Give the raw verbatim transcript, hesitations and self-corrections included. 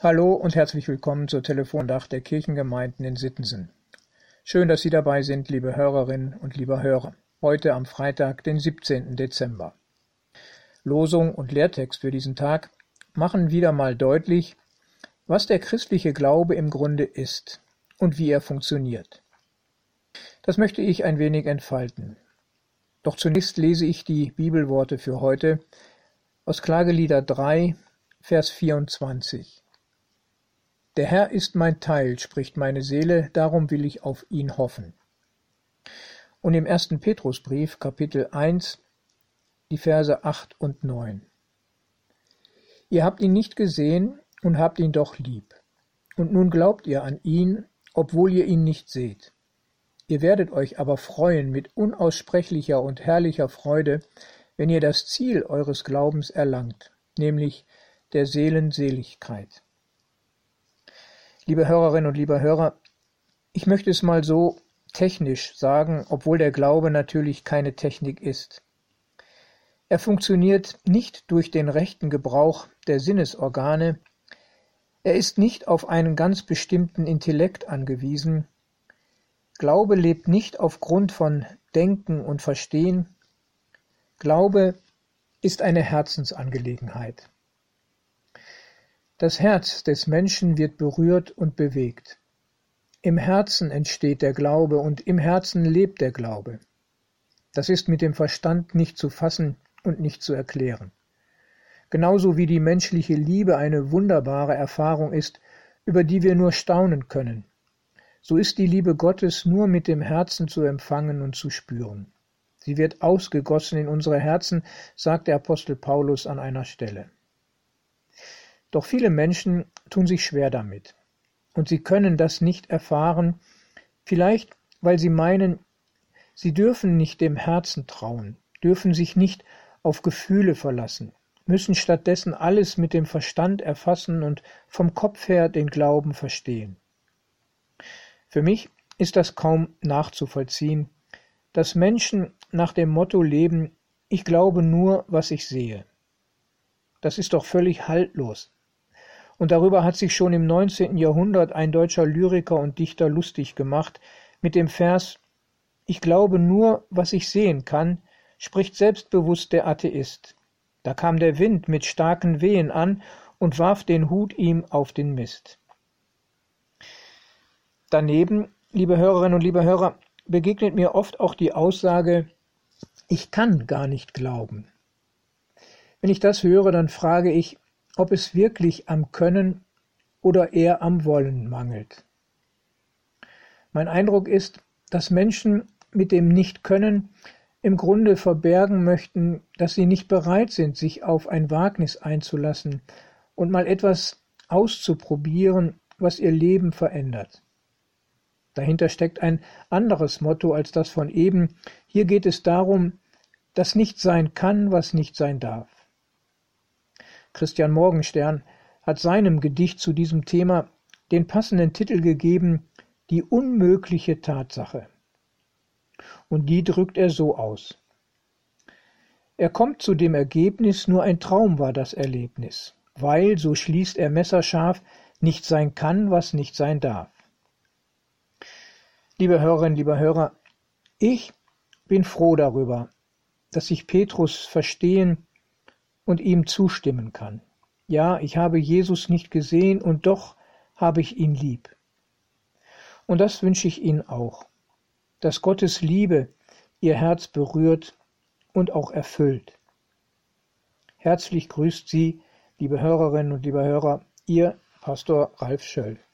Hallo und herzlich willkommen zur Telefonandacht der Kirchengemeinden in Sittensen. Schön, dass Sie dabei sind, liebe Hörerinnen und lieber Hörer. Heute am Freitag, den siebzehnten Dezember. Losung und Lehrtext für diesen Tag machen wieder mal deutlich, was der christliche Glaube im Grunde ist und wie er funktioniert. Das möchte ich ein wenig entfalten. Doch zunächst lese ich die Bibelworte für heute aus Klagelieder drei, Vers vierundzwanzig. Der Herr ist mein Teil, spricht meine Seele, darum will ich auf ihn hoffen. Und im ersten Petrusbrief, Kapitel eins, die Verse acht und neun. Ihr habt ihn nicht gesehen und habt ihn doch lieb. Und nun glaubt ihr an ihn, obwohl ihr ihn nicht seht. Ihr werdet euch aber freuen mit unaussprechlicher und herrlicher Freude, wenn ihr das Ziel eures Glaubens erlangt, nämlich der Seelenseligkeit. Liebe Hörerinnen und lieber Hörer, ich möchte es mal so technisch sagen, obwohl der Glaube natürlich keine Technik ist. Er funktioniert nicht durch den rechten Gebrauch der Sinnesorgane, er ist nicht auf einen ganz bestimmten Intellekt angewiesen. Glaube lebt nicht aufgrund von Denken und Verstehen. Glaube ist eine Herzensangelegenheit. Das Herz des Menschen wird berührt und bewegt. Im Herzen entsteht der Glaube und im Herzen lebt der Glaube. Das ist mit dem Verstand nicht zu fassen und nicht zu erklären. Genauso wie die menschliche Liebe eine wunderbare Erfahrung ist, über die wir nur staunen können, so ist die Liebe Gottes nur mit dem Herzen zu empfangen und zu spüren. Sie wird ausgegossen in unsere Herzen, sagt der Apostel Paulus an einer Stelle. Doch viele Menschen tun sich schwer damit, und sie können das nicht erfahren, vielleicht weil sie meinen, sie dürfen nicht dem Herzen trauen, dürfen sich nicht auf Gefühle verlassen, müssen stattdessen alles mit dem Verstand erfassen und vom Kopf her den Glauben verstehen. Für mich ist das kaum nachzuvollziehen, dass Menschen nach dem Motto leben, ich glaube nur, was ich sehe. Das ist doch völlig haltlos. Und darüber hat sich schon im neunzehnten Jahrhundert ein deutscher Lyriker und Dichter lustig gemacht, mit dem Vers »Ich glaube nur, was ich sehen kann«, spricht selbstbewusst der Atheist. Da kam der Wind mit starken Wehen an und warf den Hut ihm auf den Mist. Daneben, liebe Hörerinnen und liebe Hörer, begegnet mir oft auch die Aussage, ich kann gar nicht glauben. Wenn ich das höre, dann frage ich, ob es wirklich am Können oder eher am Wollen mangelt. Mein Eindruck ist, dass Menschen mit dem Nicht-Können im Grunde verbergen möchten, dass sie nicht bereit sind, sich auf ein Wagnis einzulassen und mal etwas auszuprobieren, was ihr Leben verändert. Dahinter steckt ein anderes Motto als das von eben. Hier geht es darum, dass nicht sein kann, was nicht sein darf. Christian Morgenstern hat seinem Gedicht zu diesem Thema den passenden Titel gegeben, »Die unmögliche Tatsache«. Und die drückt er so aus. Er kommt zu dem Ergebnis, nur ein Traum war das Erlebnis, weil, so schließt er messerscharf, nicht sein kann, was nicht sein darf. Liebe Hörerinnen, lieber Hörer, ich bin froh darüber, dass ich Petrus verstehen und ihm zustimmen kann. Ja, ich habe Jesus nicht gesehen und doch habe ich ihn lieb. Und das wünsche ich Ihnen auch, dass Gottes Liebe Ihr Herz berührt und auch erfüllt. Herzlich grüßt Sie, liebe Hörerinnen und liebe Hörer, Ihr Pastor Ralf Schöll.